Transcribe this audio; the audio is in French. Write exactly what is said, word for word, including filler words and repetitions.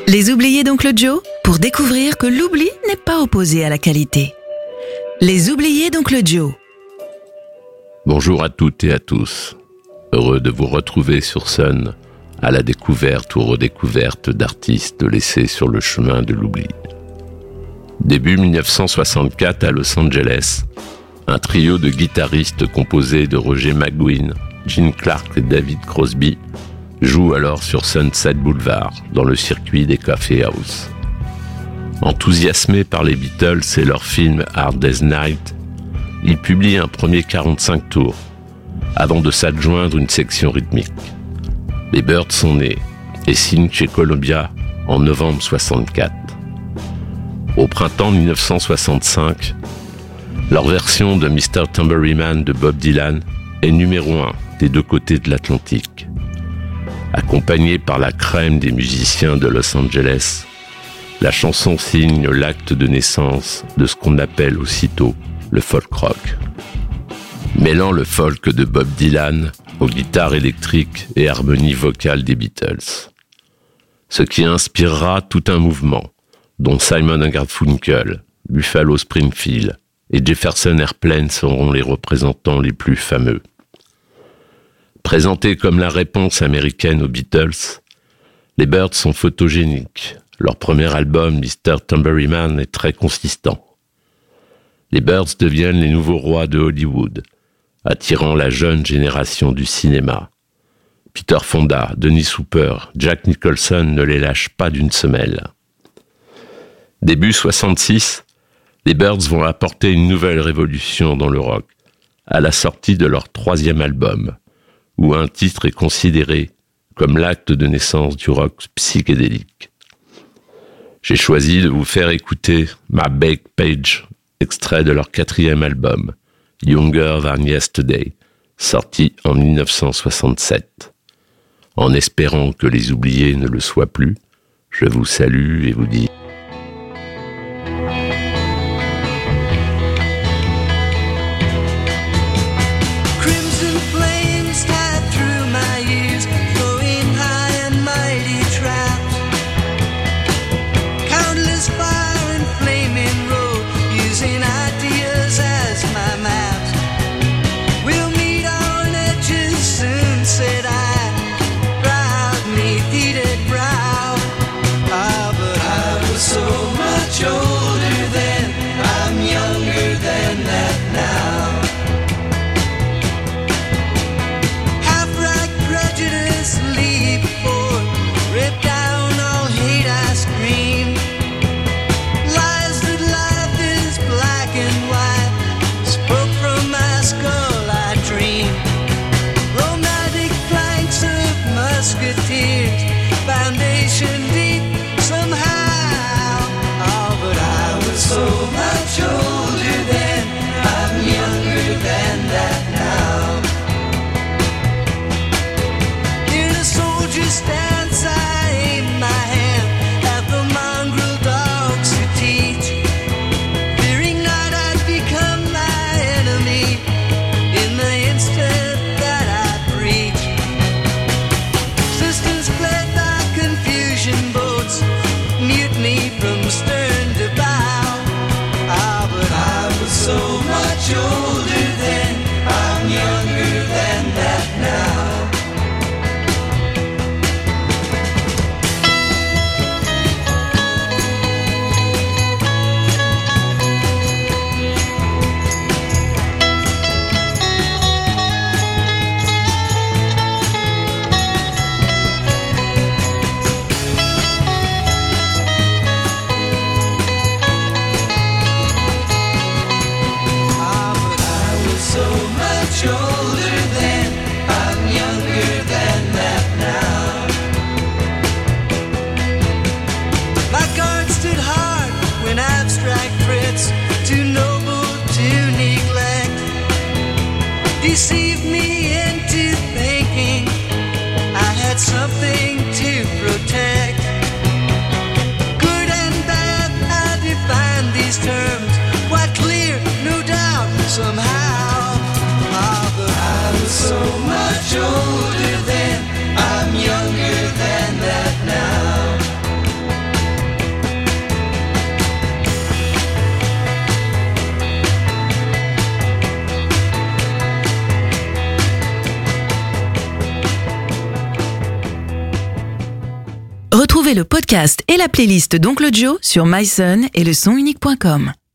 Les oubliés d'Oncle Joe, pour découvrir que l'oubli n'est pas opposé à la qualité. Les oubliés d'Oncle Joe. Bonjour à toutes et à tous. Heureux de vous retrouver sur Sun, à la découverte ou redécouverte d'artistes laissés sur le chemin de l'oubli. Début dix-neuf cent soixante-quatre à Los Angeles, un trio de guitaristes composé de Roger McGuinn, Gene Clark et David Crosby joue alors sur Sunset Boulevard, dans le circuit des Coffee House. Enthousiasmés par les Beatles et leur film Hard Day's Night, ils publient un premier quarante-cinq tours, avant de s'adjoindre une section rythmique. Les Byrds sont nés et signent chez Columbia en novembre soixante-quatre. Au printemps dix-neuf cent soixante-cinq, leur version de mister Tambourine Man de Bob Dylan est numéro un des deux côtés de l'Atlantique. Accompagnée par la crème des musiciens de Los Angeles, la chanson signe l'acte de naissance de ce qu'on appelle aussitôt le folk rock. Mêlant le folk de Bob Dylan aux guitares électriques et harmonies vocales des Beatles. Ce qui inspirera tout un mouvement, dont Simon and Garfunkel, Buffalo Springfield et Jefferson Airplane seront les représentants les plus fameux. Présentés comme la réponse américaine aux Beatles, les Byrds sont photogéniques. Leur premier album, mister Tambourine Man, est très consistant. Les Byrds deviennent les nouveaux rois de Hollywood, attirant la jeune génération du cinéma. Peter Fonda, Dennis Hooper, Jack Nicholson ne les lâchent pas d'une semelle. Début soixante-six, les Byrds vont apporter une nouvelle révolution dans le rock, à la sortie de leur troisième album, où un titre est considéré comme l'acte de naissance du rock psychédélique. J'ai choisi de vous faire écouter My Back Page, extrait de leur quatrième album, Younger Than Yesterday, sorti en dix-neuf cent soixante-sept. En espérant que les oubliés ne le soient plus, je vous salue et vous dis I was Retrouvez le podcast et la playlist d'Oncle Joe sur myson et le son unique point com.